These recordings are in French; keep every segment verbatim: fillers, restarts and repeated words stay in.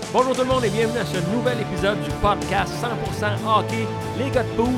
Bonjour tout le monde et bienvenue à ce nouvel épisode du podcast cent pour cent hockey, les gars de poule.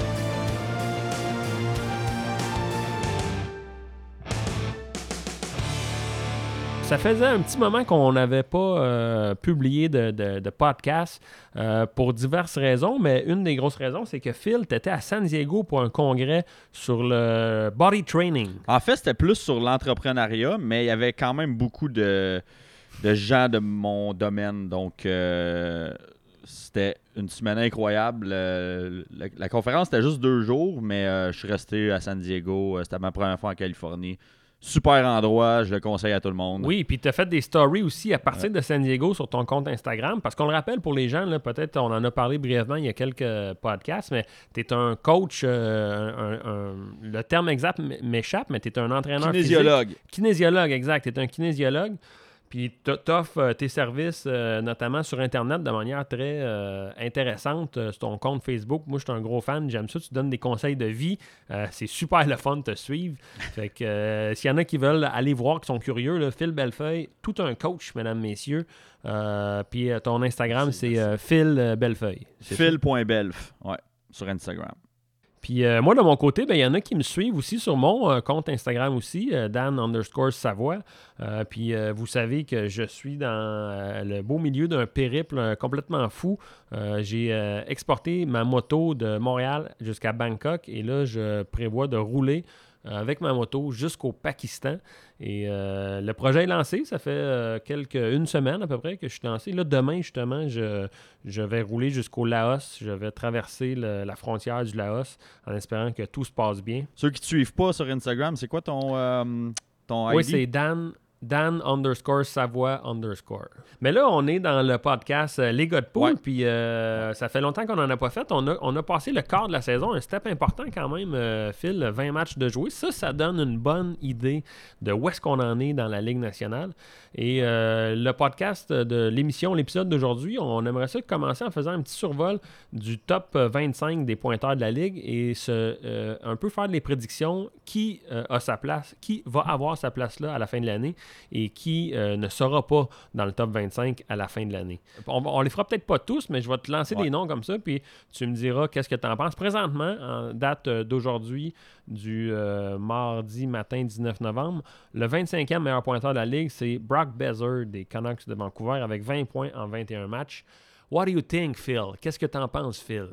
Ça faisait un petit moment qu'on n'avait pas euh, publié de, de, de podcast euh, pour diverses raisons, mais une des grosses raisons, c'est que Phil, tu étais à San Diego pour un congrès sur le body training. En fait, c'était plus sur l'entrepreneuriat, mais il y avait quand même beaucoup de, de gens de mon domaine. Donc, euh, c'était une semaine incroyable. Euh, la, la conférence, c'était juste deux jours, mais euh, je suis resté à San Diego. C'était ma première fois en Californie. Super endroit, je le conseille à tout le monde. Oui, puis tu as fait des stories aussi à partir ouais. de San Diego sur ton compte Instagram, parce qu'on le rappelle pour les gens, là, peut-être on en a parlé brièvement il y a quelques podcasts, mais tu es un coach, euh, un, un, le terme exact m'échappe, mais tu es un entraîneur Kinésiologue. physique. Kinésiologue, exact. Tu es un kinésiologue. Puis tu offres tes services, euh, notamment sur Internet, de manière très euh, intéressante euh, sur ton compte Facebook. Moi, je suis un gros fan, j'aime ça. Tu donnes des conseils de vie. Euh, c'est super le fun de te suivre. Fait que euh, s'il y en a qui veulent aller voir, qui sont curieux, là, Phil Bellefeuille, tout un coach, mesdames, messieurs. Euh, puis euh, ton Instagram, c'est euh, Phil Bellefeuille. Phil.belf, ouais, sur Instagram. Puis euh, moi, de mon côté, ben, il y en a qui me suivent aussi sur mon euh, compte Instagram aussi, euh, Dan underscore Savoie. Euh, puis euh, vous savez que je suis dans euh, le beau milieu d'un périple euh, complètement fou. Euh, j'ai euh, exporté ma moto de Montréal jusqu'à Bangkok et là, je prévois de rouler euh, avec ma moto jusqu'au Pakistan. Et euh, le projet est lancé, ça fait euh, quelques, une semaine à peu près que je suis lancé. Là, demain, justement, je, je vais rouler jusqu'au Laos. Je vais traverser le, la frontière du Laos en espérant que tout se passe bien. Ceux qui ne te suivent pas sur Instagram, c'est quoi ton, euh, ton I D? Oui, c'est Dan... Dan underscore Savoie underscore. Mais là, on est dans le podcast euh, Les gars de poule, ouais. puis euh, ça fait longtemps qu'on n'en a pas fait. On a, on a passé le quart de la saison, un step important quand même, euh, Phil, vingt matchs de jouer. Ça, ça donne une bonne idée de où est-ce qu'on en est dans la Ligue nationale. Et euh, le podcast de l'émission, l'épisode d'aujourd'hui, on aimerait ça commencer en faisant un petit survol du top vingt-cinq des pointeurs de la Ligue et se, euh, un peu faire les prédictions qui euh, a sa place, qui va avoir sa place là à la fin de l'année et qui euh, ne sera pas dans le top vingt-cinq à la fin de l'année. On, on les fera peut-être pas tous, mais je vais te lancer ouais. des noms comme ça, puis tu me diras qu'est-ce que tu en penses. Présentement, en date d'aujourd'hui, du euh, mardi matin dix-neuf novembre, le vingt-cinquième meilleur pointeur de la Ligue, c'est Brock Besser des Canucks de Vancouver avec vingt points en vingt et un matchs. What do you think, Phil? Qu'est-ce que tu en penses, Phil?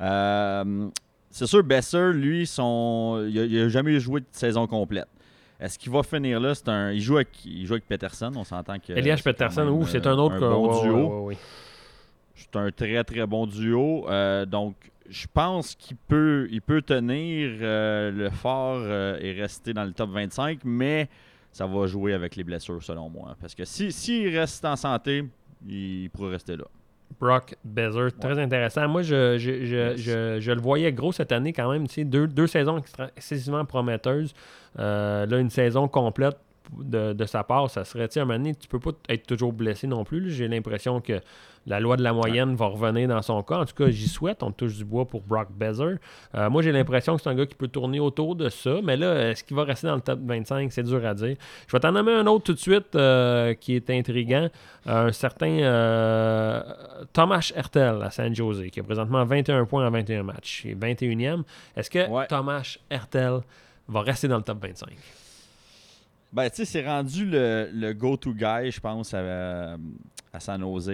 Euh, c'est sûr, Besser, lui, son... il n'a jamais joué de saison complète. Est-ce qu'il va finir là? C'est un... il, joue avec... il joue avec Peterson, on s'entend que... Elias Peterson, ou c'est un autre... Un bon oh, duo. Oh, oh, oui. C'est un très, très bon duo. Euh, donc, je pense qu'il peut, il peut tenir euh, le fort euh, et rester dans le top vingt-cinq, mais ça va jouer avec les blessures, selon moi. Parce que s'il si, si reste en santé, il pourrait rester là. Brock Besser, très ouais. intéressant. Moi, je, je, je, yes. je, je le voyais gros cette année quand même. Tu sais, deux, deux saisons excessivement prometteuses. Euh, là, une saison complète de, de sa part, ça serait, tu sais, à un moment donné, tu peux pas être toujours blessé non plus. Là. J'ai l'impression que la loi de la moyenne ouais. va revenir dans son cas. En tout cas, j'y souhaite. On touche du bois pour Brock Besser. Euh, moi, j'ai l'impression que c'est un gars qui peut tourner autour de ça. Mais là, est-ce qu'il va rester dans le top vingt-cinq? C'est dur à dire. Je vais t'en nommer un autre tout de suite euh, qui est intriguant. Euh, un certain euh, Thomas Hertel à San Jose, qui a présentement vingt et un points en vingt et un matchs. Il est vingt et unième. Est-ce que ouais. Thomas Hertel va rester dans le top vingt-cinq? Ben, tu sais, c'est rendu le, le go-to guy, je pense, à, à San Jose.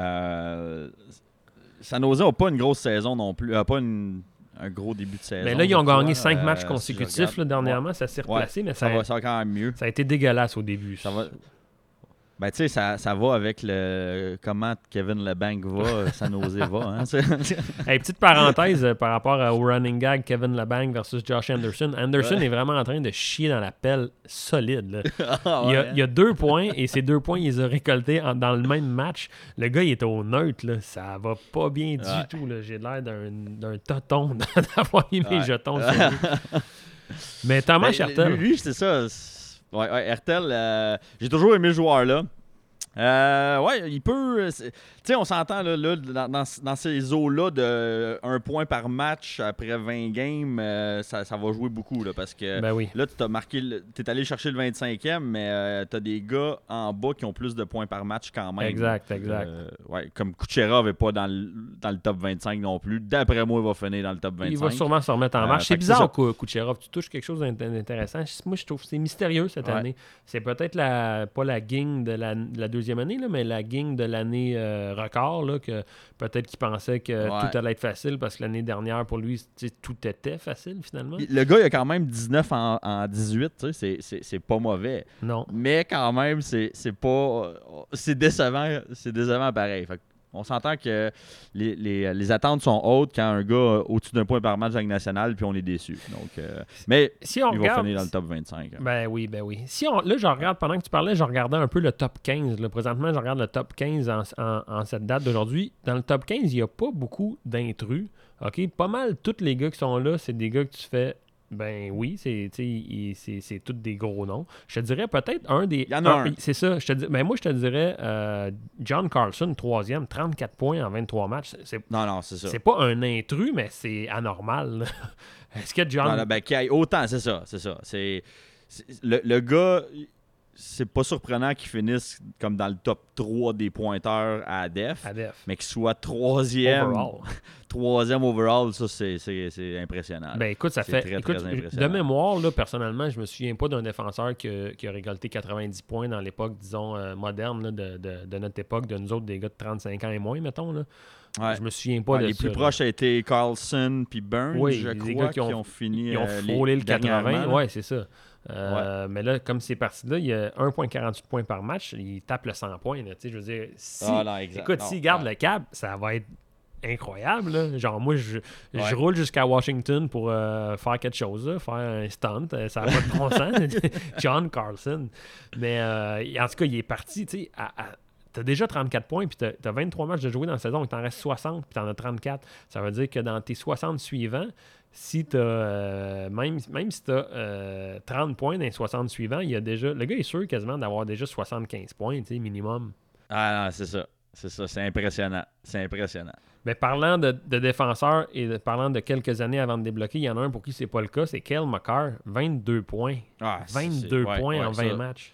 Euh, San Jose n'a pas une grosse saison non plus, n'a pas une, un gros début de saison. Mais là, ils ont gagné cinq euh, matchs consécutifs si là, dernièrement, ouais. ça s'est replacé, ouais, mais ça, ça, va, ça va quand même mieux. Ça a été dégueulasse au début. Ça va... Ben, tu sais, ça, ça va avec le comment Kevin Labanc va, San Jose va. Hein? Hey, petite parenthèse euh, par rapport au running gag Kevin Labanc versus Josh Anderson. Anderson ouais. est vraiment en train de chier dans la pelle solide. Là. Ah, ouais. il, y a, il y a deux points et ces deux points, il les a récoltés en, dans le même match. Le gars, il est au neutre. Là. Ça va pas bien du ouais. tout. Là. J'ai l'air d'un, d'un toton d'avoir mis ouais. mes jetons sur lui. Mais Thomas Hertel... Lui, c'est ça... Ouais, ouais, Hertel, euh, j'ai toujours aimé ce joueur-là. Euh, ouais, il peut... Tu sais, on s'entend là, là dans, dans, dans ces eaux-là de un point par match après vingt games, euh, ça, ça va jouer beaucoup là, parce que ben oui. là, tu as marqué, tu es allé chercher le vingt-cinquième, mais euh, tu as des gars en bas qui ont plus de points par match quand même. Exact, exact. Euh, ouais, comme Kucherov n'est pas dans le, dans le top vingt-cinq non plus. D'après moi, il va finir dans le top vingt-cinq. Il va sûrement se remettre en marche. Euh, c'est bizarre, que Kucherov. Tu touches quelque chose d'intéressant. Moi, je trouve que c'est mystérieux cette ouais. année. C'est peut-être la, pas la gang de la, de la deuxième année, là, mais la gang de l'année euh, record, là, que peut-être qu'il pensait que ouais. tout allait être facile parce que l'année dernière, pour lui, tout était facile finalement. Le gars, il a quand même dix-neuf en, en dix-huit, tu sais, c'est, c'est, c'est pas mauvais. Non. Mais quand même, c'est, c'est pas. C'est décevant, c'est décevant pareil. Fait on s'entend que les, les, les attentes sont hautes quand un gars au-dessus d'un point par match de la Ligue nationale, puis on est déçu. Donc, euh, mais si on il regarde, va finir dans le top vingt-cinq. Hein. Ben oui, ben oui. Si on, là, je regarde, pendant que tu parlais, je regardais un peu le top quinze. Là. Présentement, je regarde le top quinze en, en, en cette date d'aujourd'hui. Dans le top quinze, il n'y a pas beaucoup d'intrus. OK? Pas mal, tous les gars qui sont là, c'est des gars que tu fais... Ben oui, c'est, c'est, c'est tous des gros noms. Je te dirais peut-être un des... Il y en a un. un. C'est ça. Je te dis, ben moi, je te dirais euh, John Carlson, troisième, trente-quatre points en vingt-trois matchs. C'est, non, non, c'est ça. C'est pas un intrus, mais c'est anormal. Est-ce que John... Non, non, ben, qu'il y ait autant, c'est ça, c'est ça. C'est, c'est, le, le gars... C'est pas surprenant qu'il finisse comme dans le top trois des pointeurs à def, à def. mais qu'il soit troisième overall. troisième overall, ça, c'est, c'est, c'est impressionnant. Ben écoute, ça c'est fait... Très, écoute, très impressionnant. de mémoire, là, personnellement, je me souviens pas d'un défenseur qui a, qui a récolté quatre-vingt-dix points dans l'époque, disons, euh, moderne là, de, de, de notre époque, de nous autres, des gars de trente-cinq ans et moins, mettons. Là. Ouais. Je me souviens pas ouais, de les ça. plus là. proches, ça a été Carlson puis Burns, oui, je les crois, gars qui ont, qui ont fini. Ils ont euh, frôlé les, le quatre-vingts. Oui, c'est ça. Euh, ouais. Mais là, comme c'est parti là, il y a un virgule quarante-huit points par match. Il tape le cent points. Là, je veux dire, si, ah, non, exact. écoute, non, s'il garde ouais. le cap, ça va être incroyable. Là. Genre, moi, je, ouais. je roule jusqu'à Washington pour euh, faire quelque chose, là, faire un stunt. Ça n'a pas de bon sens. John Carlson. Mais euh, en tout cas, il est parti, tu sais, à, à t'as déjà trente-quatre points, puis t'as, t'as vingt-trois matchs de jouer dans la saison, il t'en reste soixante, puis t'en as trente-quatre. Ça veut dire que dans tes soixante suivants, si t'as, euh, même, même si t'as euh, trente points dans les soixante suivants, il y a déjà, le gars est sûr quasiment d'avoir déjà soixante-quinze points, tu sais, minimum. Ah non, c'est ça. C'est ça, c'est impressionnant. C'est impressionnant. Mais parlant de, de défenseurs et de, parlant de quelques années avant de débloquer, il y en a un pour qui c'est pas le cas, c'est Cale Makar, vingt-deux points. Ah, vingt-deux ouais, points ouais, en vingt ça, matchs.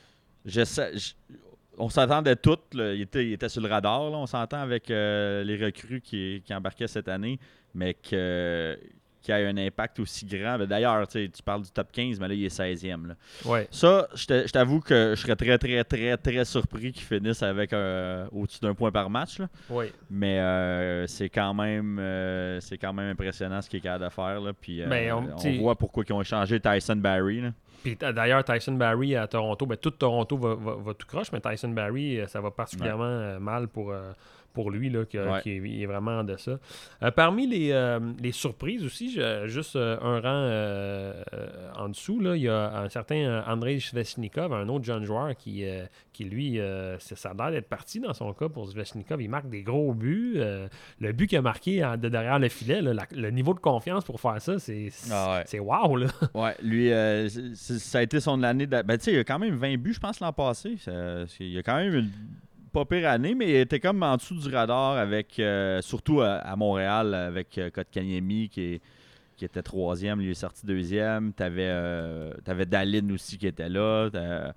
Je sais... Je... On s'attendait tous, là, il, était, il était sur le radar, là, on s'entend avec euh, les recrues qui, qui embarquaient cette année, mais que, qu'il y ait un impact aussi grand. D'ailleurs, tu parles du top quinze, mais là, il est seizième. Là. Ouais. Ça, je t'avoue que je serais très, très, très, très surpris qu'il finisse avec euh, au-dessus d'un point par match. Là. Ouais. Mais euh, c'est quand même euh, c'est quand même impressionnant ce qu'il est capable de faire. Là. Puis, euh, ben, on, on voit pourquoi ils ont échangé Tyson Barrie. Là. Puis d'ailleurs, Tyson Barrie à Toronto, ben, tout Toronto va, va, va tout croche, mais Tyson Barrie, ça va particulièrement ouais. mal pour, euh, pour lui, là, qui, ouais. qui est, il est vraiment en deçà. Euh, parmi les, euh, les surprises aussi, j'ai juste euh, un rang euh, euh, en dessous, là, il y a un certain Andrei Svechnikov, un autre jeune joueur qui, euh, qui lui, euh, ça a l'air d'être parti dans son cas pour Svechnikov. Il marque des gros buts. Euh, le but qu'il a marqué en, de derrière le filet, là, la, le niveau de confiance pour faire ça, c'est, c'est, ah ouais. c'est wow. Là. Ouais, lui, euh, c'est, ça a été son année. De... Ben, tu sais, il a quand même vingt buts, je pense, l'an passé. Ça, il a quand même une pas pire année, mais il était comme en dessous du radar, avec euh, surtout à, à Montréal, avec euh, Kotkaniemi qui, est, qui était troisième, lui est sorti deuxième. Tu avais euh, Dahlin aussi qui était là.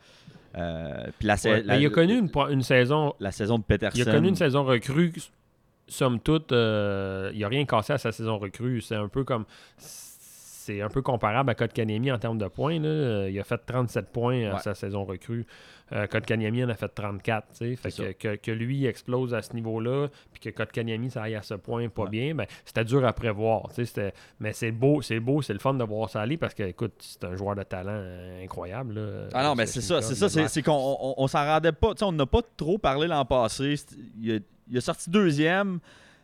Euh, puis la, ouais, la, il a connu une, une saison. La saison de Peterson. Il a connu une saison recrue. Somme toute, euh, il n'a rien cassé à sa saison recrue. C'est un peu comme. C'est un peu comparable à Kotkaniemi en termes de points. Là. Il a fait trente-sept points à ouais. sa saison recrue. Euh, Kotkaniemi en a fait trente-quatre. Fait que, que, que lui explose à ce niveau-là, puis que Kotkaniemi ça aille à ce point pas ouais. bien, ben, c'était dur à prévoir. Mais c'est beau, c'est beau, c'est le fun de voir ça aller parce que, écoute, c'est un joueur de talent incroyable. Là, ah non, mais c'est ça, c'est ça. C'est, c'est qu'on on, on s'en rendait pas. On n'a pas trop parlé l'an passé. Il a, il a sorti deuxième.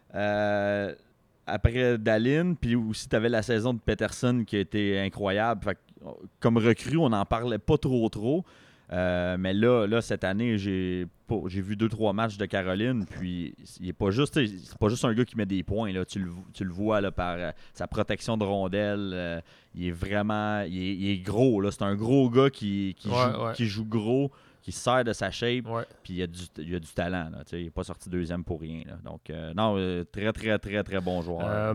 Euh, après Dahlin, puis aussi tu avais la saison de Peterson qui a été incroyable. Fait que, comme recrue, on n'en parlait pas trop trop. Euh, mais là, là, cette année, j'ai, pas, j'ai vu deux trois matchs de Caroline, puis il est pas juste, c'est pas juste un gars qui met des points. Là. Tu, le, tu le vois là, par euh, sa protection de rondelle. Euh, il est vraiment. Il est, il est gros. Là. C'est un gros gars qui, qui, ouais, joue, ouais. qui joue gros, qui qu'il se sert de sa shape, Ouais. puis il a du, il a du talent. Là, il n'est pas sorti deuxième pour rien. Là. Donc, euh, non, euh, très, très, très, très bon joueur. Euh,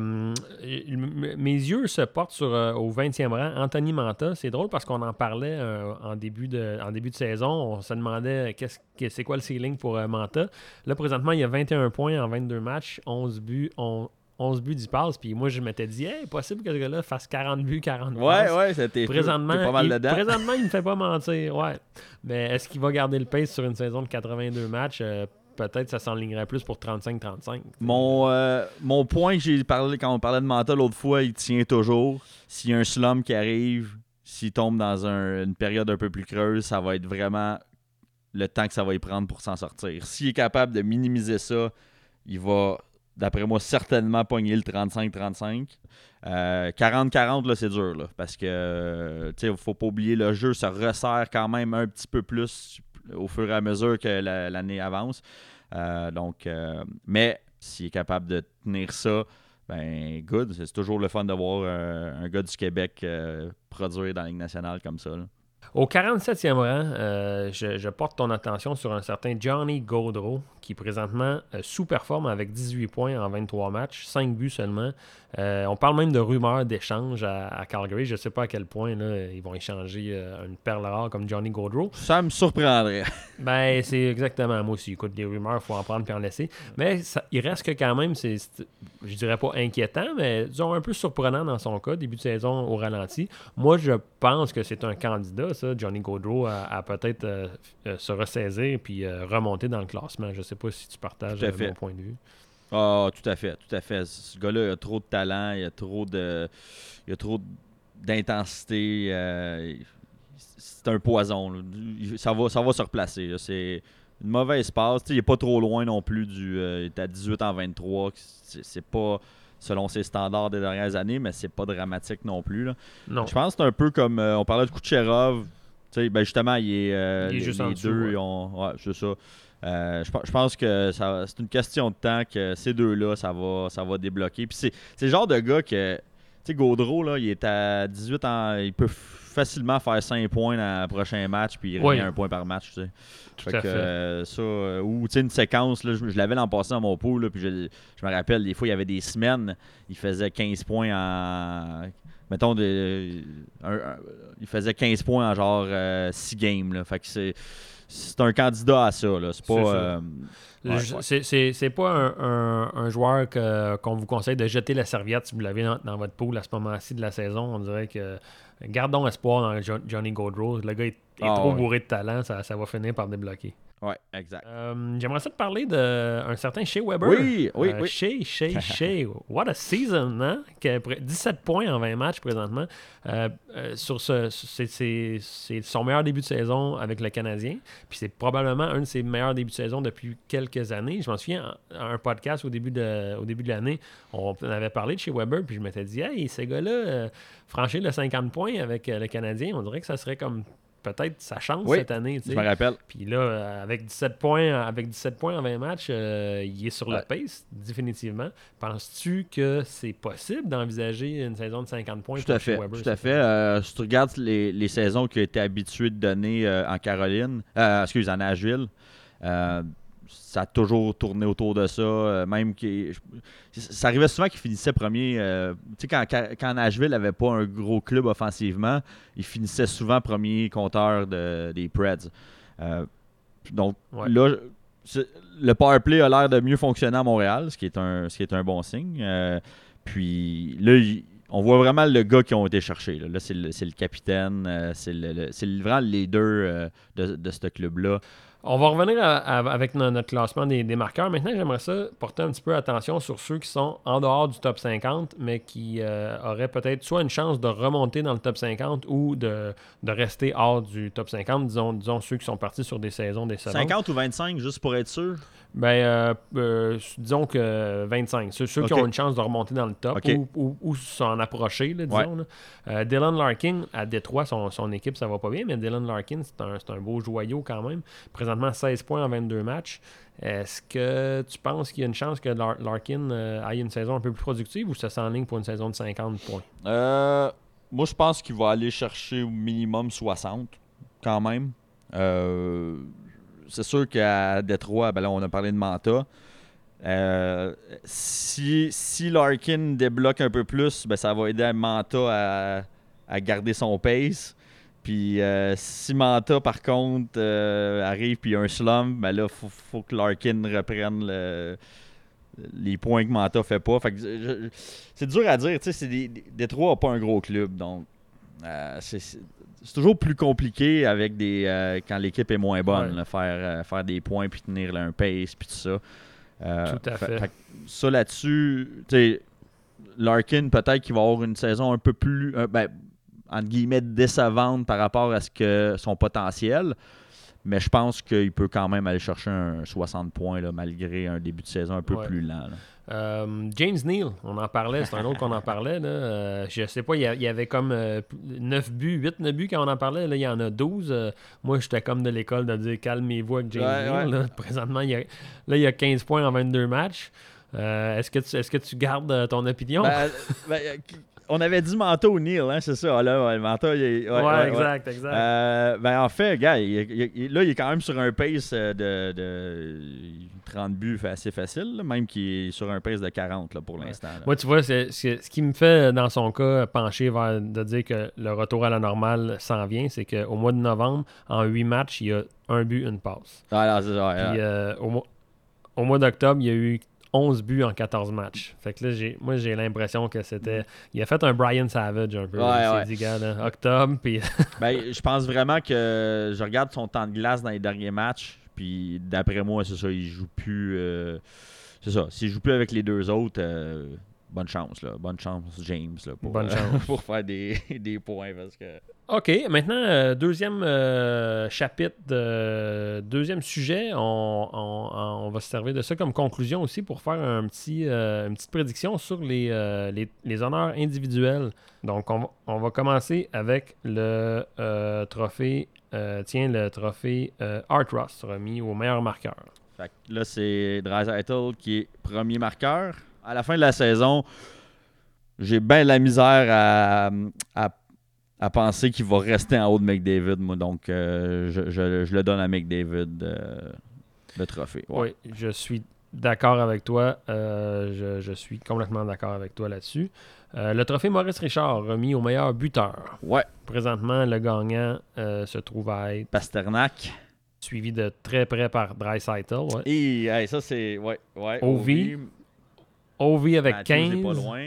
m- mes yeux se portent sur, euh, au vingtième rang, Anthony Mantha. C'est drôle parce qu'on en parlait euh, en, début de, en début de saison. On se demandait qu'est-ce, que- c'est quoi le ceiling pour euh, Mantha. Là, présentement, il y a vingt et un points en vingt-deux matchs, onze buts, on, onze buts, dix passes. Puis moi, je m'étais dit, hey, possible que ce gars-là fasse quarante buts, quarante Ouais, passes. ouais, c'était Présentement, pas mal il, dedans. présentement, il me fait pas mentir. Ouais. Mais est-ce qu'il va garder le pace sur une saison de quatre-vingt-deux matchs? Euh, peut-être ça s'enlignerait plus pour trente-cinq trente-cinq. Mon, euh, mon point que j'ai parlé quand on parlait de Mantha l'autre fois, il tient toujours. S'il y a un slump qui arrive, s'il tombe dans un- une période un peu plus creuse, ça va être vraiment le temps que ça va y prendre pour s'en sortir. S'il est capable de minimiser ça, il va, d'après moi, certainement pogner le trente-cinq trente-cinq. Euh, quarante quarante, là, c'est dur, là, parce que, tu sais, il ne faut pas oublier, le jeu se resserre quand même un petit peu plus au fur et à mesure que la- l'année avance. Euh, donc, euh, mais s'il est capable de tenir ça, ben, good. C'est toujours le fun de voir euh, un gars du Québec euh, produire dans la Ligue nationale comme ça, là. Au quarante-septième rang, euh, je, je porte ton attention sur un certain Johnny Gaudreau qui présentement euh, sous-performe avec dix-huit points en vingt-trois matchs, cinq buts seulement. Euh, on parle même de rumeurs d'échange à, à Calgary. Je ne sais pas à quel point là, ils vont échanger euh, une perle rare comme Johnny Gaudreau. Ça me surprendrait. Ben, c'est exactement moi aussi. Écoute, des rumeurs, il faut en prendre puis en laisser. Mais ça, il reste que quand même, c'est, c'est, je dirais pas inquiétant, mais disons un peu surprenant dans son cas, début de saison au ralenti. Moi, je pense que c'est un candidat, ça, Johnny Gaudreau, à, à peut-être euh, euh, se ressaisir puis euh, remonter dans le classement. Je sais pas si tu partages Tout à euh, fait. mon point de vue. Ah, tout à fait, tout à fait. Ce gars-là, il a trop de talent, il a trop de, il a trop d'intensité. euh, c'est un poison, là. Il- Ça va, ça va se replacer, là. C'est une mauvaise passe. Tu sais, il n'est pas trop loin non plus du. euh, il est à dix-huit en vingt-trois. C'est, c'est pas selon ses standards des dernières années, mais c'est pas dramatique non plus, là. Non. Je pense que c'est un peu comme euh, on parlait de Kucherov. Tu sais, ben justement, il est, euh, Il est les, juste en les dessous, deux, ouais. ils ont, ouais, c'est ça. Euh, je, pe- je pense que ça, c'est une question de temps que ces deux-là, ça va, ça va débloquer. Puis c'est, c'est le genre de gars que, tu sais, Gaudreau, là, il est à dix-huit ans, il peut facilement faire cinq points dans le prochain match, puis il Oui. revient un point par match, tu sais. Tout Fait à que, fait. euh, ça, euh, ou tu sais, une séquence, là, je, je l'avais l'an passé dans mon pool, là, puis je, je me rappelle, des fois, il y avait des semaines, il faisait quinze points en. Mettons, de, un- un- il faisait quinze points en genre six games, là. Fait que c'est. C'est un candidat à ça, là. C'est pas. C'est ça. euh, ouais, Je- ouais. C'est, c'est, c'est pas un, un- un joueur que- qu'on vous conseille de jeter la serviette si vous l'avez dans, dans votre pool à ce moment-ci de la saison. On dirait que gardons espoir dans Jo- Johnny Gaudreau. Le gars est, est Ah, trop ouais. bourré de talent, ça, ça va finir par débloquer. Ouais, exact. Euh, j'aimerais ça te parler d'un certain Shea Weber. Oui, oui, Euh, oui. Shea, Shea, Shea. What a season, hein? Qui a pr- dix-sept points en vingt matchs présentement. Euh, euh, sur ce, c'est, c'est- c'est son meilleur début de saison avec le Canadien. Puis c'est probablement un de ses meilleurs débuts de saison depuis quelques années. Je m'en souviens, à un podcast au début de, au début de l'année, on avait parlé de Shea Weber, puis je m'étais dit, hey, ces gars-là, euh, franchir le cinquante points avec euh, le Canadien, on dirait que ça serait comme peut-être sa chance Oui, cette année. tu Je sais. me rappelle. Puis là, euh, avec dix-sept points, avec dix-sept points en vingt matchs, euh, il est sur Ouais. le pace, définitivement. Penses-tu que c'est possible d'envisager une saison de cinquante points Tout pour à Shea fait. Weber Tout à cette fait. année? Euh, si tu regardes les, les saisons qu'il a été habitué de donner euh, en Caroline, euh, excuse, en Nashville, euh, ça a toujours tourné autour de ça. euh, même qu'il, ça arrivait souvent qu'il finissait premier. euh, tu sais, quand, quand Nashville n'avait pas un gros club offensivement, il finissait souvent premier compteur de, des Preds. Euh, donc Ouais. là, c'est- le power play a l'air de mieux fonctionner à Montréal, ce qui est un, ce qui est un bon signe. Euh, puis là, il- on voit vraiment le gars qui ont été cherchés. Là, Là, c'est le, c'est le capitaine, euh, c'est le, le- c'est vraiment le leader euh, de, de ce club-là. On va revenir à- à- avec no- notre classement des, des marqueurs. Maintenant, j'aimerais ça porter un petit peu attention sur ceux qui sont en dehors du top cinquante, mais qui euh, auraient peut-être soit une chance de remonter dans le top cinquante ou de, de rester hors du top cinquante. Disons, disons ceux qui sont partis sur des saisons décevantes. cinquante ou vingt-cinq, juste pour être sûr? Ben, euh, euh, disons que vingt-cinq. Ceux, ceux qui Ok. ont une chance de remonter dans le top Ok. ou, ou, ou s'en approcher, là, disons. Là. Euh, Dylan Larkin, à Détroit, son, son équipe, ça va pas bien, mais Dylan Larkin, c'est un, c'est un beau joyau quand même. Présentement, seize points en vingt-deux matchs. Est-ce que tu penses qu'il y a une chance que Lar- Larkin euh, aille une saison un peu plus productive ou ça s'enligne pour une saison de cinquante points? Euh, moi, je pense qu'il va aller chercher au minimum soixante, quand même. Euh, c'est sûr qu'à Détroit, ben là, on a parlé de Manta. Euh, si, si Larkin débloque un peu plus, ben ça va aider Manta à, à garder son pace. Puis euh, si Manta, par contre, euh, arrive puis un slump, ben là, il faut, faut que Larkin reprenne le, les points que Manta fait pas. Fait que, je, c'est dur à dire. C'est des, des, Détroit n'a pas un gros club, donc euh, c'est, c'est, c'est toujours plus compliqué avec des euh, quand l'équipe est moins bonne, Ouais. là, faire, euh, faire des points puis tenir là, un pace puis tout ça. Euh, Tout à fait. fait, fait ça là-dessus, tu sais, Larkin, peut-être qu'il va avoir une saison un peu plus, euh, ben, entre guillemets, décevante par rapport à ce que son potentiel. Mais je pense qu'il peut quand même aller chercher un soixante points là, malgré un début de saison un peu Ouais. plus lent. Là. Euh, James Neal, on en parlait, c'est un autre qu'on en parlait. Là. Euh, je sais pas, il y, a, il y avait comme euh, neuf buts, huit neuf buts quand on en parlait. Là, il y en a douze. Euh, moi, j'étais comme de l'école de dire calmez-vous avec James Ouais, Neal. ouais. Là. Présentement, il y a, là, il y a quinze points en vingt-deux matchs. Euh, est-ce, que tu, est-ce que tu gardes euh, ton opinion? Ben, ben, on avait dit Manta ou Neal, hein, c'est ça. Là, ouais, Manta, il est, ouais, ouais, ouais, exact, ouais. exact. Euh, ben, en fait, gars, il, il, il, là, il est quand même sur un pace de, de trente buts assez facile, là, même qu'il est sur un pace de quarante là, pour Ouais. l'instant. Là. Moi, tu vois, c'est, c'est, ce qui me fait, dans son cas, pencher vers de dire que le retour à la normale s'en vient, c'est qu'au mois de novembre, en huit matchs, il y a un but, une passe. Ah, non, c'est ça, ouais, Puis ouais. euh, au, mois, au mois d'octobre, il y a eu onze buts en quatorze matchs. Fait que là, j'ai, moi, j'ai l'impression que c'était... Il a fait un Brian Savage un peu. Ouais, il s'est ouais. dit, gars, là, octobre, puis... Ben, je pense vraiment que je regarde son temps de glace dans les derniers matchs, puis d'après moi, c'est ça, il joue plus. Euh, c'est ça, s'il joue plus avec les deux autres, euh, bonne chance, là. Bonne chance, James, là, pour, Bonne euh, chance. pour faire des, des points. Parce que... OK, maintenant, euh, deuxième euh, chapitre, de, deuxième sujet. On, on, on va se servir de ça comme conclusion aussi pour faire un petit, euh, une petite prédiction sur les, euh, les, les honneurs individuels. Donc, on va, on va commencer avec le euh, trophée, euh, tiens, le trophée euh, Art Ross, remis au meilleur marqueur. Fait que là, c'est Draisaitl qui est premier marqueur. À la fin de la saison, j'ai bien la misère à, à à penser qu'il va rester en haut de McDavid, moi. Donc, euh, je, je, je le donne à McDavid, euh, le trophée. Ouais. Oui, je suis d'accord avec toi. Euh, je, je suis complètement d'accord avec toi là-dessus. Euh, le trophée Maurice Richard, remis au meilleur buteur. Ouais. Présentement, le gagnant euh, se trouve à être Pasternak. suivi de très près par Draisaitl. Ouais. Et hey, ça, c'est... Ouais, ouais. Ovi. Ovi avec Matthews est quinze. pas loin.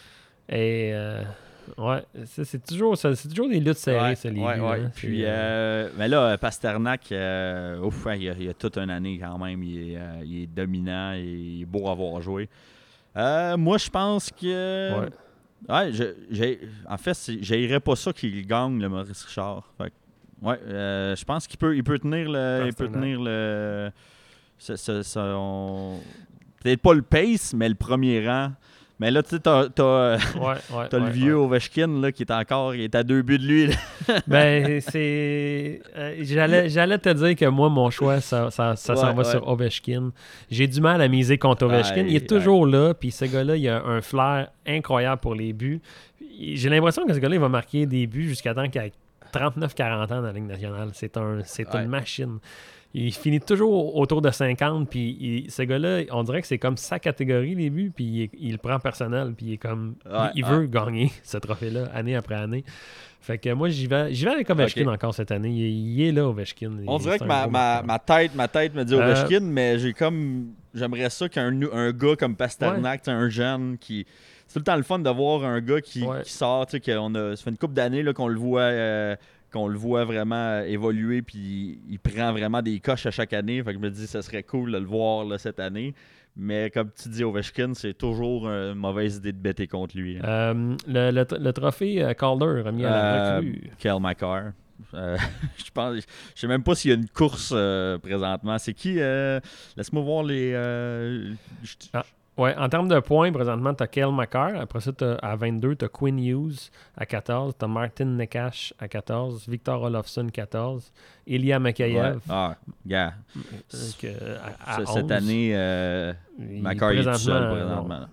Et... Euh, ouais, c'est, c'est, toujours, c'est, c'est toujours des luttes serrées, ouais, ça, les ouais, buts, ouais. hein. Puis, C'est, euh, mais là, Pasternak, euh, ouf, il, y a, il y a toute une année quand même. Il est, euh, il est dominant et il est beau à voir jouer. Euh, moi, je pense que... Ouais. Ouais, je, j'ai, en fait, je pas ça qu'il gagne, le Maurice Richard. Fait que, ouais, euh, je pense qu'il peut, il peut tenir le... Il peut tenir le... Ce, ce, ce, on... Peut-être pas le pace, mais le premier rang. Mais là, tu sais, t'as, t'as, ouais, ouais, t'as ouais, le vieux ouais. Ovechkin là, qui est encore, il est à deux buts de lui. Là. Ben, c'est... Euh, j'allais, j'allais te dire que moi, mon choix, ça, ça, ça Ouais, s'en va ouais. sur Ovechkin. J'ai du mal à miser contre Ovechkin. Ouais, il est toujours là, puis ce gars-là, il a un flair incroyable pour les buts. J'ai l'impression que ce gars-là, il va marquer des buts jusqu'à temps qu'il ait trente-neuf quarante ans dans la Ligue nationale. C'est, un, c'est Ouais. une machine. Il finit toujours autour de cinquante, puis il, ce gars-là, on dirait que c'est comme sa catégorie, les buts, puis il, il le prend personnel, puis il est comme... Ouais, il, il ouais. veut gagner ce trophée-là, année après année. Fait que moi, j'y vais, j'y vais avec Ovechkin Okay. encore cette année. Il, il est là, Ovechkin. On Il- dirait c'est que un ma, gros ma, marqueur. ma tête, ma tête me dit Euh, Ovechkin, mais j'ai comme... J'aimerais ça qu'un un gars comme Pasternak, tu sais, un jeune qui... C'est tout le temps le fun de voir un gars qui, Ouais. qui sort, tu sais, qu'on a... Ça fait une couple d'années là, qu'on le voit... euh, qu'on le voit vraiment évoluer, puis il prend vraiment des coches à chaque année. Fait que je me dis, ça serait cool de le voir là, cette année. Mais comme tu dis, Ovechkin, c'est toujours une mauvaise idée de bêter contre lui. Hein. Euh, le, le, le trophée euh, Calder remis à la Euh, recrue. Kyle McCarr. Euh, je pense, je sais même pas s'il y a une course euh, présentement. C'est qui euh, Laisse-moi voir les. Euh, je- Ah. Ouais, en termes de points, présentement, tu as Cale Makar. Après ça, t'as, à vingt-deux, tu as Quinn Hughes à quatorze. Tu as Martin Nekash à quatorze. Victor Olofsson, quatorze. Ilya Mikheyev. Ouais. Ah, gars. euh, que- à, à Ce- Cette onze. année, euh, Il- McCarr est tout seul présentement, présentement. non.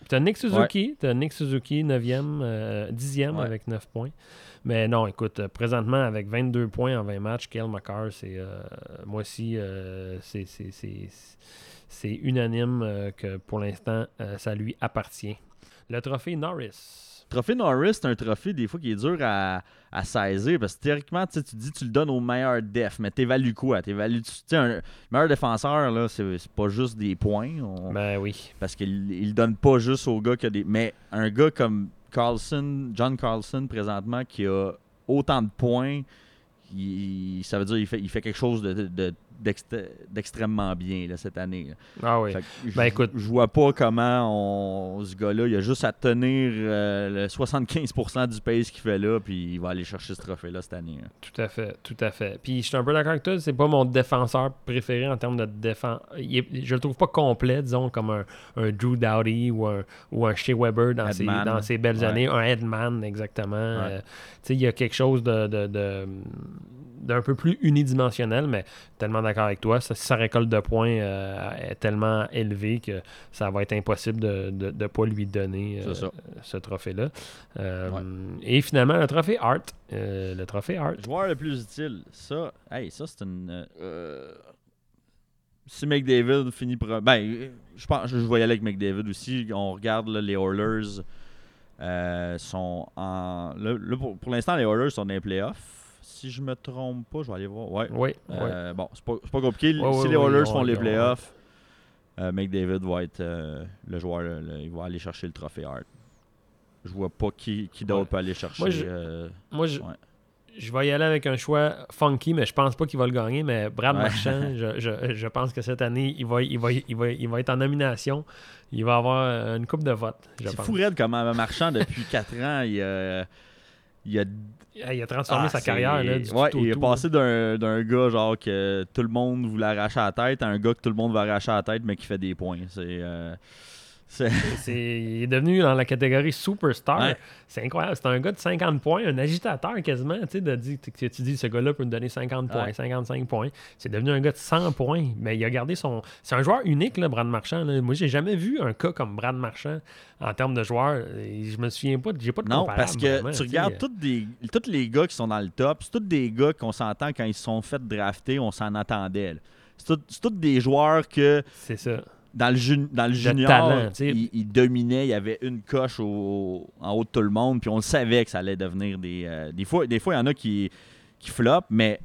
tu as Nick Suzuki, ouais. tu as Nick Suzuki, neuvième, euh, dixième ouais. avec neuf points. Mais non, écoute, présentement, avec vingt-deux points en vingt matchs, Cale Makar, c'est, euh, moi aussi, euh, c'est, c'est, c'est, c'est unanime euh, que pour l'instant, euh, ça lui appartient. Le trophée Norris. Le trophée Norris, c'est un trophée des fois qui est dur à, à saisir parce que théoriquement, tu dis tu le donnes au meilleur def, mais t'évalues quoi? T'évalues, tu sais, un meilleur défenseur, là, c'est, c'est pas juste des points. On, ben oui. Parce qu'il il donne pas juste au gars qui a des. Mais un gars comme Carlson, John Carlson, présentement, qui a autant de points, il, ça veut dire qu'il fait, il fait quelque chose de, de, d'extré, d'extrêmement bien là, cette année. Là. Ah oui. Ben écoute, je vois pas comment on, ce gars-là, il a juste à tenir euh, le soixante-quinze pour cent du pace qu'il fait là, puis il va aller chercher ce trophée-là cette année. Là. Tout à fait, tout à fait. Puis je suis un peu d'accord avec toi, c'est pas mon défenseur préféré en termes de défense. Est, je le trouve pas complet, disons, comme un, un Drew Doughty ou un, ou un Shea Weber dans, ses, dans ses belles ouais. années, un Edman, exactement. Ouais. Euh, tu sais, il y a quelque chose de... de, de d'un peu plus unidimensionnel, mais tellement d'accord avec toi, sa, sa récolte de points euh, est tellement élevée que ça va être impossible de ne de, de pas lui donner euh, ce trophée-là. Euh, ouais. Et finalement, le trophée Hart. Euh, le trophée Hart. Joueur le plus utile. Ça, hey, ça c'est une... Euh, si McDavid finit pour... Ben, je pense je vais y aller avec McDavid aussi. On regarde là, les Oilers euh, sont en... Là, là, pour, pour l'instant, les Oilers sont dans les playoffs. Si je me trompe pas, je vais aller voir. Ouais. Oui. Euh, oui. Bon, c'est pas, c'est pas compliqué. Ouais, si ouais, les Oilers ouais, font ouais, les ouais, playoffs, ouais. euh, McDavid va être euh, le joueur. Le, le, il va aller chercher le trophée Hart. Je vois pas qui, qui d'autre ouais. peut aller chercher. Moi, je, euh, moi, je, ouais. je vais y aller avec un choix funky, mais je pense pas qu'il va le gagner. Mais Brad ouais. Marchand, je, je, je pense que cette année, il va, il, va, il, va, il va être en nomination. Il va avoir une coupe de votes. C'est fou raide comment Marchand, depuis quatre ans, il a... Il a, il a transformé ah, sa carrière. Là, du ouais, tout, il est tout, passé d'un, d'un gars genre que tout le monde voulait arracher la tête à un gars que tout le monde veut arracher la tête mais qui fait des points. C'est, euh, c'est... c'est... Il est devenu dans la catégorie superstar. Ouais. C'est incroyable. C'est un gars de cinquante points, un agitateur quasiment. Tu sais, de dire que tu dis ce gars-là peut me donner cinquante points, ouais. cinquante-cinq points. C'est devenu un gars de cent points. Mais il a gardé son. C'est un joueur unique, là, Brad Marchand. Là. Moi, j'ai jamais vu un cas comme Brad Marchand en termes de joueurs. Je me souviens pas, j'ai pas de non, comparable. Non, parce que vraiment, tu regardes tous des, tous les gars qui sont dans le top, c'est tous des gars qu'on s'entend quand ils se sont fait drafter, on s'en attendait. Là. C'est, tout, c'est tous des joueurs que. C'est ça. Dans le, ju- dans le junior, talent, il, il dominait, il y avait une coche au, en haut de tout le monde, puis on le savait que ça allait devenir des... Euh, des fois, des fois, il y en a qui, qui floppent, mais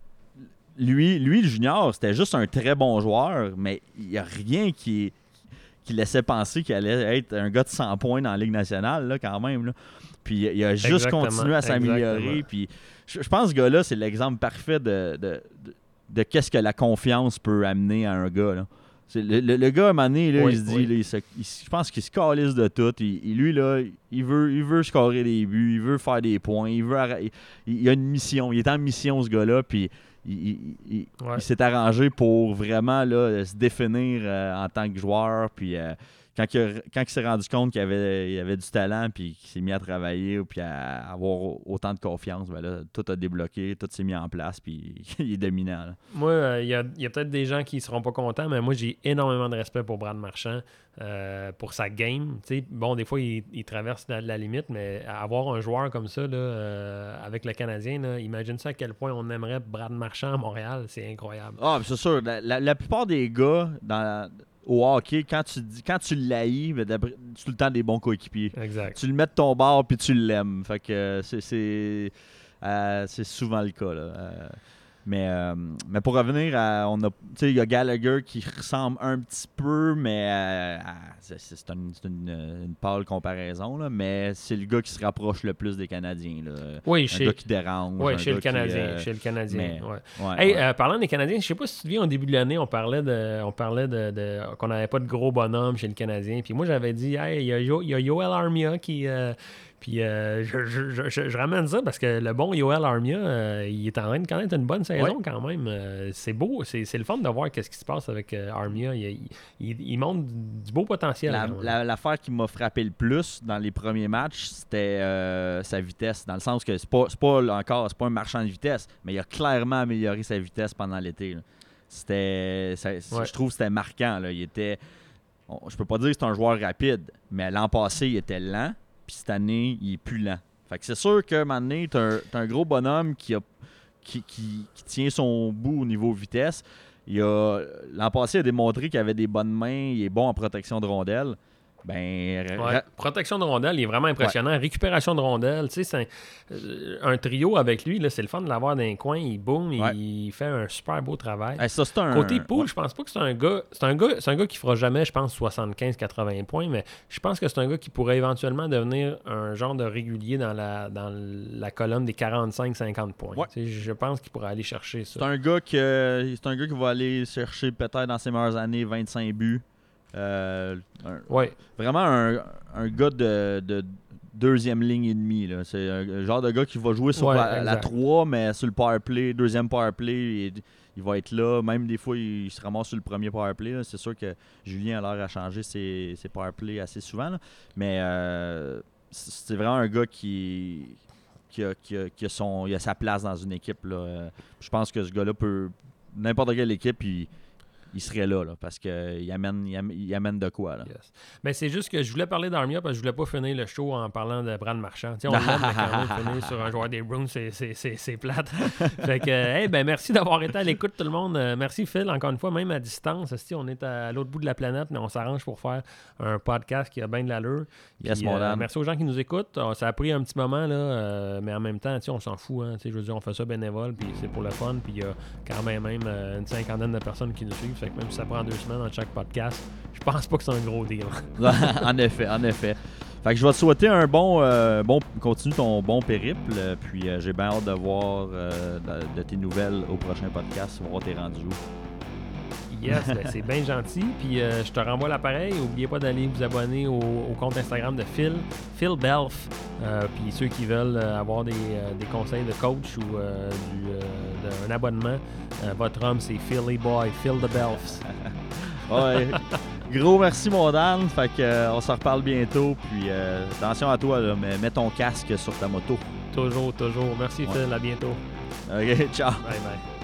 lui, lui, le junior, c'était juste un très bon joueur, mais il n'y a rien qui, qui laissait penser qu'il allait être un gars de cent points dans la Ligue nationale, là, quand même. Là. Puis il a juste exactement, continué à s'améliorer. Puis je, je pense que ce gars-là, c'est l'exemple parfait de, de, de, de qu'est-ce que la confiance peut amener à un gars, là. C'est le, le, le gars, à un moment donné, là, oui, il se dit, oui. là, il se, il, je pense qu'il se calisse de tout. Il, il, lui, là, il veut, il veut scorer des buts, il veut faire des points, il veut il, il a une mission. Il est en mission, ce gars-là, puis il, il, il, ouais. il s'est arrangé pour vraiment là, se définir euh, en tant que joueur. Puis euh, quand, il a, quand il s'est rendu compte qu'il avait, il avait du talent, puis qu'il s'est mis à travailler, puis à avoir autant de confiance, ben là, tout a débloqué, tout s'est mis en place, puis il est dominant. Là. Moi, il euh, y, a, y a peut-être des gens qui ne seront pas contents, mais moi, j'ai énormément de respect pour Brad Marchand, euh, pour sa game. T'sais, bon, des fois, il, il traverse la, la limite, mais avoir un joueur comme ça là, euh, avec le Canadien, là, imagine ça à quel point on aimerait Brad Marchand à Montréal. C'est incroyable. Ah, c'est sûr. La, la, la plupart des gars dans... Au hockey, quand tu dis, quand tu l'haïs, tu as tout le temps des bons coéquipiers. Exact. Tu le mets de ton bord puis tu l'aimes. Fait que c'est, c'est, euh, c'est souvent le cas. Là. Euh, mais, euh, mais pour revenir à. On a, tu sais, il y a Gallagher qui ressemble un petit peu, mais euh, c'est, c'est, une, c'est une, une pâle comparaison. Là, mais c'est le gars qui se rapproche le plus des Canadiens. Là. Oui, un chez, gars qui dérange. Oui, chez le, Canadien, qui, euh, chez le Canadien. Mais, ouais. Ouais, hey, ouais. Euh, parlant des Canadiens, je sais pas si tu te souviens, au début de l'année, on parlait de, on parlait de, de qu'on n'avait pas de gros bonhomme chez le Canadien. Puis moi, j'avais dit, hey, il y a, Yo, il y a Yoel Armia qui. Euh, Puis euh, je, je, je, je ramène ça parce que le bon Yoel Armia, euh, il est en train de connaître une bonne saison ouais. quand même. Euh, c'est beau, c'est, c'est le fun de voir qu'est-ce qui se passe avec euh, Armia. Il, il, il montre du beau potentiel. La, la, l'affaire qui m'a frappé le plus dans les premiers matchs, c'était euh, sa vitesse. Dans le sens que c'est pas, c'est pas encore, c'est pas un marchand de vitesse, mais il a clairement amélioré sa vitesse pendant l'été. Là. C'était, ça, ouais. Je trouve que c'était marquant. Là. Il était... on, je peux pas dire que c'est un joueur rapide, mais l'an passé, il était lent, puis cette année, il est plus lent. Fait que c'est sûr qu'à un moment donné, t'as un, t'as un gros bonhomme qui, a, qui, qui, qui tient son bout au niveau vitesse. Il a, l'an passé, il a démontré qu'il avait des bonnes mains, il est bon en protection de rondelles. Ben, ouais. ra- Protection de rondelles, il est vraiment impressionnant. Ouais. Récupération de rondelles, tu sais, c'est un, un trio avec lui, là, c'est le fun de l'avoir dans les coins. Il boum, ouais. il fait un super beau travail. Hey, ça, c'est un, Côté pool, ouais. je pense pas que c'est un gars. C'est un gars, c'est un gars qui fera jamais, je pense, soixante-quinze à quatre-vingts points, mais je pense que c'est un gars qui pourrait éventuellement devenir un genre de régulier dans la, dans la colonne des quarante-cinq à cinquante points. Ouais. Tu sais, je pense qu'il pourrait aller chercher ça. C'est un gars que, c'est un gars qui va aller chercher peut-être dans ses meilleures années vingt-cinq buts. Euh, un, ouais. Vraiment un, un gars de, de deuxième ligne et demie. Là. C'est un, un genre de gars qui va jouer sur ouais, la, la trois, mais sur le power play, deuxième power play, il, il va être là. Même des fois, il, il se ramasse sur le premier power play. Là. C'est sûr que Julien a l'air à changer ses, ses power play assez souvent. Là. Mais euh, c'est vraiment un gars qui, qui, a, qui, a, qui a, son, il a sa place dans une équipe. Là. Je pense que ce gars-là peut... N'importe quelle équipe, il... il serait là, là parce qu'il amène, il amène, il amène de quoi. Là. Yes. Mais c'est juste que je voulais parler d'Armia parce que je voulais pas finir le show en parlant de Brad Marchand. T'sais, on l'aime, mais quand même, finir sur un joueur des Bruins, c'est, c'est, c'est, c'est plate. Fait que, hey, ben, merci d'avoir été à l'écoute, tout le monde. Euh, merci, Phil, encore une fois, même à distance. Si on est à l'autre bout de la planète, mais on s'arrange pour faire un podcast qui a bien de l'allure. Yes, Puis, mon euh, merci aux gens qui nous écoutent. Euh, ça a pris un petit moment, là, euh, mais en même temps, on s'en fout. Hein, je veux dire, on fait ça bénévole, puis c'est pour le fun. Puis il y a quand même, même euh, une cinquantaine de personnes qui nous suivent. Fait que même si ça prend deux semaines dans chaque podcast, je pense pas que c'est un gros deal. En effet, en effet. Fait que je vais te souhaiter un bon, euh, bon continue ton bon périple, puis euh, j'ai bien hâte de voir euh, de, de tes nouvelles au prochain podcast, voir t'es rendu où. Yes, ben c'est bien gentil. Puis euh, je te renvoie l'appareil. N'oubliez pas d'aller vous abonner au, au compte Instagram de Phil, Phil Belf. Euh, puis ceux qui veulent euh, avoir des, euh, des conseils de coach ou euh, du, euh, d'un abonnement, euh, votre homme c'est Philly Boy, Phil the Belfs. Ouais. Gros merci mon Dan. Fait que euh, on se reparle bientôt. Puis euh, attention à toi, là, mais mets ton casque sur ta moto. Toujours, toujours. Merci ouais. Phil, à bientôt. Ok, ciao. Bye bye.